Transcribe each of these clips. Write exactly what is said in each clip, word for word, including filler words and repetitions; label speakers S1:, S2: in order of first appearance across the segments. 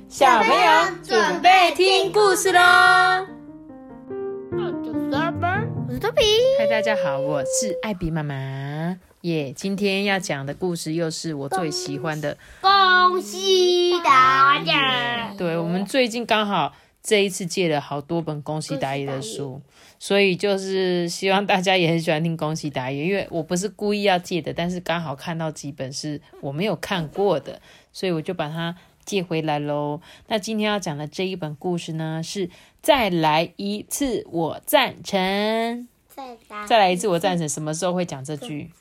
S1: 小朋友准备听故事咯。
S2: 我是多比。
S1: 嗨，大家好，我是艾比妈妈耶。Yeah, 今天要讲的故事又是我最喜欢的
S2: 恭喜大爷。
S1: 对，我们最近刚好这一次借了好多本恭喜大爷的书，所以就是希望大家也很喜欢听恭喜大爷，因为我不是故意要借的，但是刚好看到几本是我没有看过的，所以我就把它借回来咯。那今天要讲的这一本故事呢，是再来一次我赞成。
S2: 再来
S1: 再来一次我赞成，什么时候会讲这句？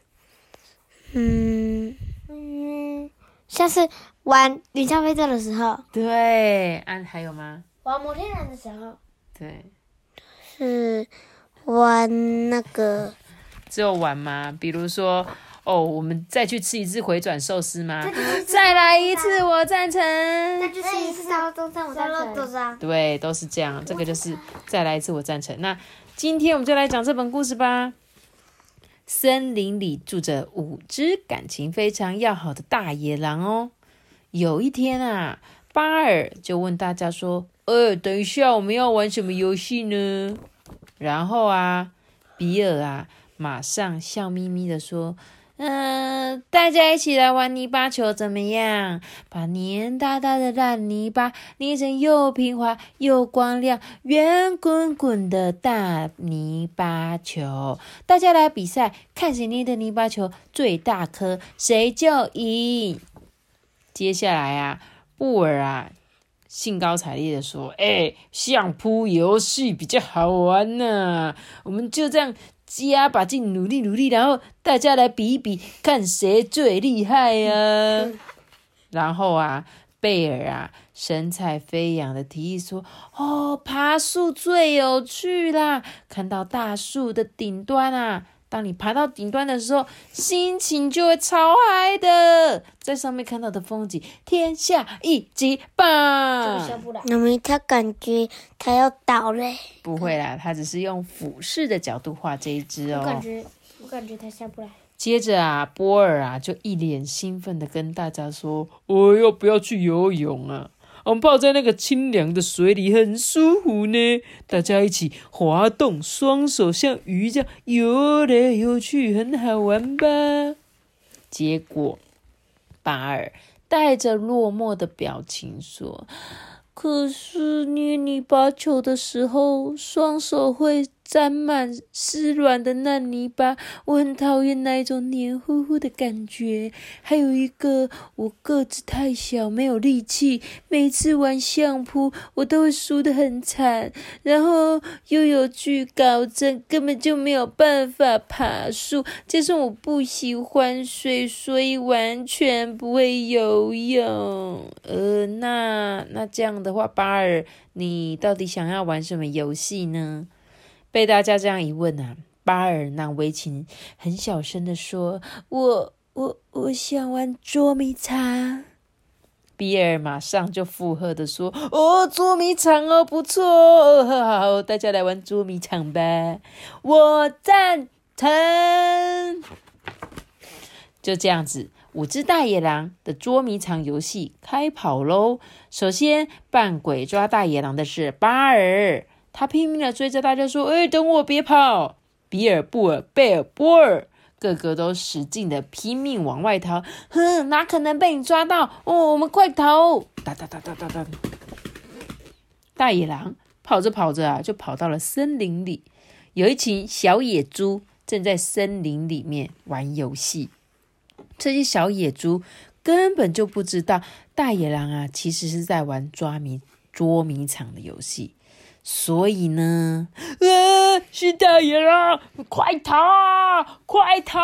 S2: 嗯嗯，像是玩云霄飞车的时候。
S1: 对，啊，还有吗？
S2: 玩摩天轮的时候。
S1: 对，
S2: 是玩那个。
S1: 只有玩吗？比如说，哦，我们再去吃一次回转寿司吗？再来一次我赞成。
S2: 再去吃一次烧中餐我赞成。
S1: 对，都是这样。这个就是再来一次我赞成。那今天我们就来讲这本故事吧。森林里住着五只感情非常要好的大野狼哦。有一天啊，巴尔就问大家说：“呃，等一下，我们要玩什么游戏呢？”然后啊，比尔啊，马上笑眯眯的说：“嗯，大家一起来玩泥巴球怎么样？把黏哒哒的烂泥巴捏成又平滑又光亮、圆滚滚的大泥巴球。大家来比赛，看谁捏的泥巴球最大颗，谁就赢。”接下来啊，布尔啊，兴高采烈的说：“哎、欸，相扑游戏比较好玩呢、啊，我们就这样加把劲，努力努力，然后大家来比一比，看谁最厉害啊！”然后啊，贝尔啊，神采飞扬的提议说：“哦，爬树最有趣啦！看到大树的顶端啊。当你爬到顶端的时候，心情就会超嗨的，在上面看到的风景，天下一级棒。”
S2: 那么他感觉他要倒嘞。
S1: 不会啦，他只是用俯视的角度画这一只哦。
S2: 我感觉，我感觉他下不来。
S1: 接着啊，波尔啊就一脸兴奋的跟大家说：“哦，要不要去游泳啊？我们泡在那个清凉的水里很舒服呢，大家一起滑动双手，像鱼这样游来游去，很好玩吧？”结果巴尔带着落寞的表情说：“可是捏泥巴球的时候，双手会沾满湿软的烂泥巴，我很讨厌那一种黏糊糊的感觉。还有一个，我个子太小，没有力气，每次玩相扑我都会输得很惨，然后又有惧高症，根本就没有办法爬树。加上我不喜欢水，所以完全不会游泳。呃，那那这样的话，巴尔，你到底想要玩什么游戏呢？”被大家这样一问啊，巴尔难为情，很小声的说：“我我我想玩捉迷藏。”比尔马上就附和的说：“哦，捉迷藏哦，不错哦，好好好，大家来玩捉迷藏吧，我赞成。”就这样子，五只大野狼的捉迷藏游戏开跑咯。首先扮鬼抓大野狼的是巴尔，他拼命的追着大家说：“哎，等我，别跑！”比尔、布尔、贝尔、波尔，个个都使劲的拼命往外逃。哼，哪可能被你抓到？哦，我们快逃！哒哒哒哒哒哒。大野狼跑着跑着啊，就跑到了森林里。有一群小野猪正在森林里面玩游戏。这些小野猪根本就不知道大野狼啊，其实是在玩抓迷捉迷藏的游戏。所以呢，呃，是大野狼，快逃啊，快逃！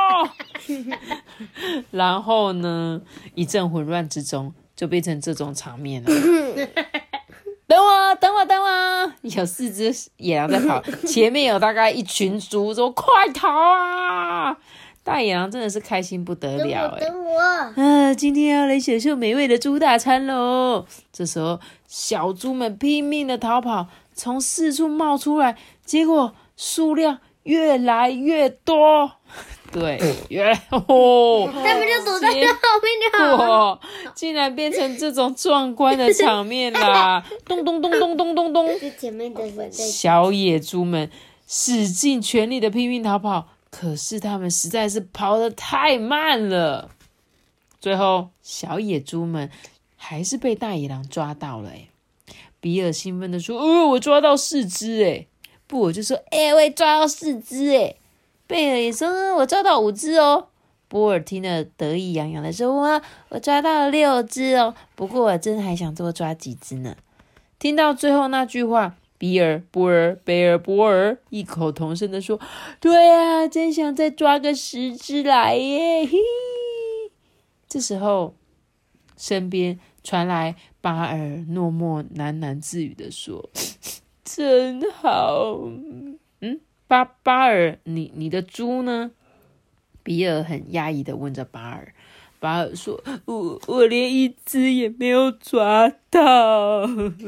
S1: 然后呢，一阵混乱之中，就变成这种场面了。等我，等我，等我！有四只野狼在跑，前面有大概一群猪说：“快逃啊！”大野狼真的是开心不得了哎！
S2: 等我，
S1: 啊，今天要来享受美味的猪大餐喽！这时候，小猪们拼命的逃跑，从四处冒出来，结果数量越来越多。对，越来哦，
S2: 他们就躲在这后面就好了。
S1: 竟然变成这种壮观的场面啦！咚咚咚咚咚咚咚，
S2: 前面的
S1: 小野猪们使尽全力的拼命逃跑，可是他们实在是跑得太慢了。最后，小野猪们还是被大野狼抓到了。哎，比尔兴奋的说：“哦，我抓到四只！”哎，布尔就说：“哎，我也抓到四只！”哎，贝尔也说：“嗯，我抓到五只哦。”波尔听了得意洋洋的说：“哇，我抓到了六只哦！不过我真的还想多抓几只呢。”听到最后那句话，比尔、波尔、贝尔、波尔异口同声的说：“对啊，真想再抓个十只来耶！”嘿，这时候，身边传来巴尔诺莫喃喃自语的说：“真好。”嗯，巴巴尔，你你的猪呢？比尔很压抑的问着巴尔。巴尔说：“我我连一只也没有抓到。”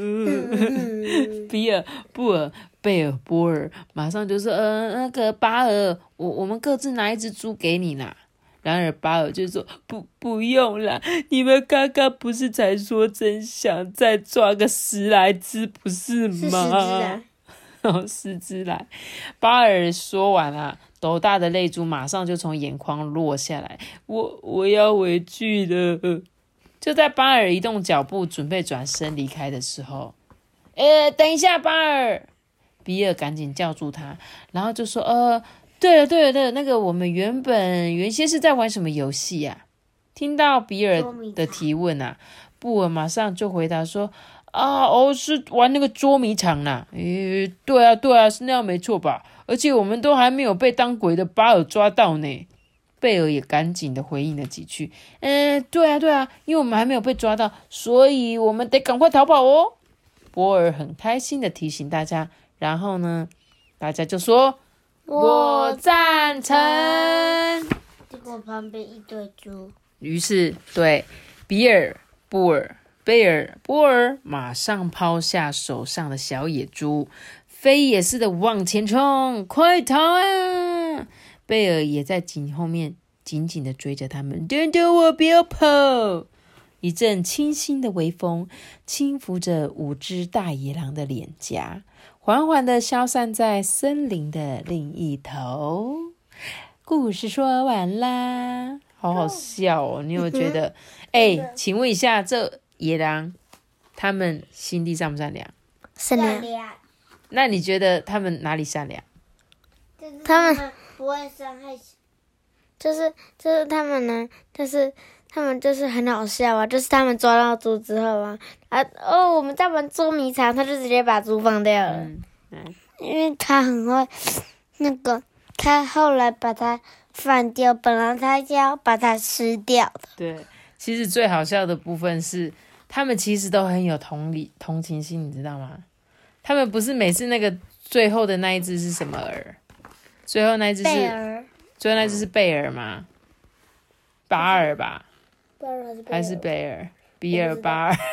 S1: 比尔、布尔、贝尔、波尔马上就说：“呃，那个巴尔，我我们各自拿一只猪给你啦。”然而巴尔就说：“不不用啦，你们刚刚不是才说真想再抓个十来只，不是吗？”是十只啊，哦，十只来。巴尔说完啊。斗大的泪珠马上就从眼眶落下来，我我要回去了。就在巴尔移动脚步准备转身离开的时候，呃，等一下，巴尔！比尔赶紧叫住他，然后就说：“呃，对了，对了，对了，那个我们原本原先是在玩什么游戏啊？”听到比尔的提问啊，布尔马上就回答说：“啊，哦，是玩那个捉迷藏啦。诶，对啊，对啊，是那样没错吧？而且我们都还没有被当鬼的巴尔抓到呢。”贝尔也赶紧的回应了几句：“嗯，对啊，对啊，因为我们还没有被抓到，所以我们得赶快逃跑哦。”波尔很开心的提醒大家，然后呢，大家就说：“我赞成。”
S2: 结果旁边一堆猪。
S1: 于是，对比尔、布尔、贝尔、波尔马上抛下手上的小野猪，飞也似的往前冲，快逃啊！贝尔也在紧后面紧紧的追着他们，等等我，不要跑！一阵清新的微风轻拂着五只大野狼的脸颊，缓缓的消散在森林的另一头。故事说完啦，好好笑哦！你有没有觉得？哎、欸，请问一下，这野狼他们心地善不善良？
S2: 善良。
S1: 那你觉得他们哪里善良？
S2: 他们不会伤害，就是就是他们呢，就是他们就是很好笑啊，就是他们抓到猪之后啊，啊哦，我们在玩捉迷藏，他就直接把猪放掉了，嗯嗯、因为他很会那个，他后来把它放掉，本来他要把它吃掉的。
S1: 对，其实最好笑的部分是，他们其实都很有同理同情心，你知道吗？他们不是每次那个最后的那一只是什么儿？最后那一只是
S2: 贝尔，
S1: 最后那一只是贝尔吗？巴尔吧？
S2: 巴尔还是贝尔？
S1: 还是贝尔？比尔巴尔？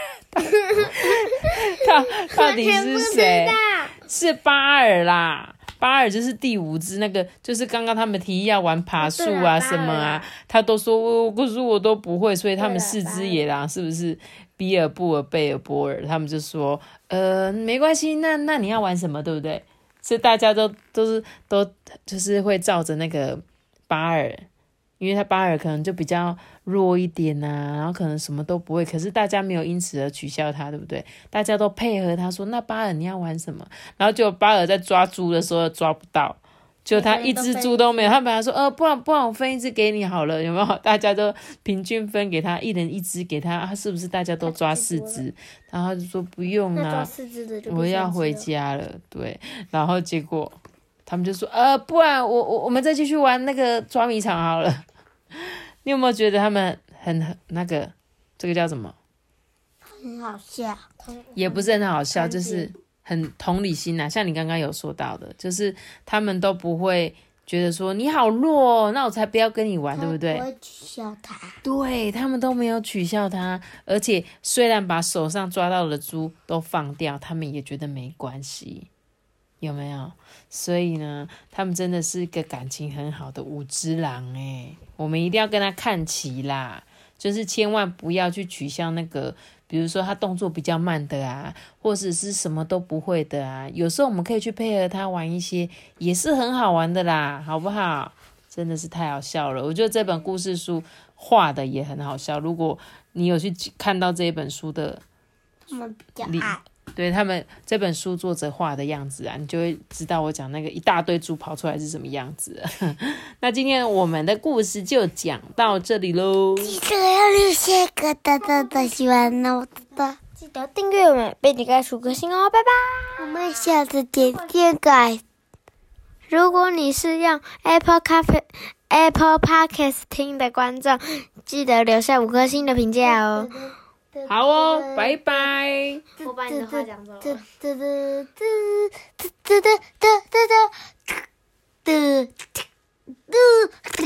S1: 到到底是谁？是巴尔啦。巴尔就是第五只，那个就是刚刚他们提议要玩爬树啊什么啊，他都说、哦、可是我都不会，所以他们四只野狼是不是比尔、布尔、贝尔、波尔，他们就说呃没关系，那那你要玩什么，对不对？所以大家都都是都就是会照着那个巴尔，因为他巴尔可能就比较弱一点啊，然后可能什么都不会，可是大家没有因此而取笑他，对不对？大家都配合他说，那巴尔你要玩什么？然后就巴尔在抓猪的时候抓不到，就他一只猪都没有，他本来说呃不然不然我分一只给你好了，有没有？大家都平均分给他，一人一只给他，他是不是大家都抓四只？然后他就说不用啦，我要回家了，对，然后结果他们就说呃不然我我我们再继续玩那个抓迷藏好了。你有没有觉得他们很很那个这个叫什么？
S2: 很好笑，
S1: 也不是很好笑，就是很同理心啊。像你刚刚有说到的，就是他们都不会觉得说你好弱哦，那我才不要跟你玩，对不对？
S2: 不会取笑他，
S1: 对，他们都没有取笑他，而且虽然把手上抓到的猪都放掉，他们也觉得没关系，有没有？所以呢，他们真的是一个感情很好的五只狼诶，我们一定要跟他看齐啦。 就是千万不要去取笑那个，比如说他动作比较慢的啊，或者是什么都不会的啊，有时候我们可以去配合他玩一些，也是很好玩的啦，好不好？真的是太好笑了，我觉得这本故事书画的也很好笑。如果你有去看到这一本书的，
S2: 我们比较爱。
S1: 对他们这本书作者画的样子啊，你就会知道我讲那个一大堆猪跑出来是什么样子。那今天我们的故事就讲到这里咯，
S2: 记得要留下个大大的喜欢哦，记得订阅我们，并点开五颗星哦，拜拜。我们下次见，点改。如果你是用 Apple Cafe Apple Podcast 听的观众，记得留下五颗星的评价哦。
S1: 好哦，拜拜。
S2: 我把你的话讲错了。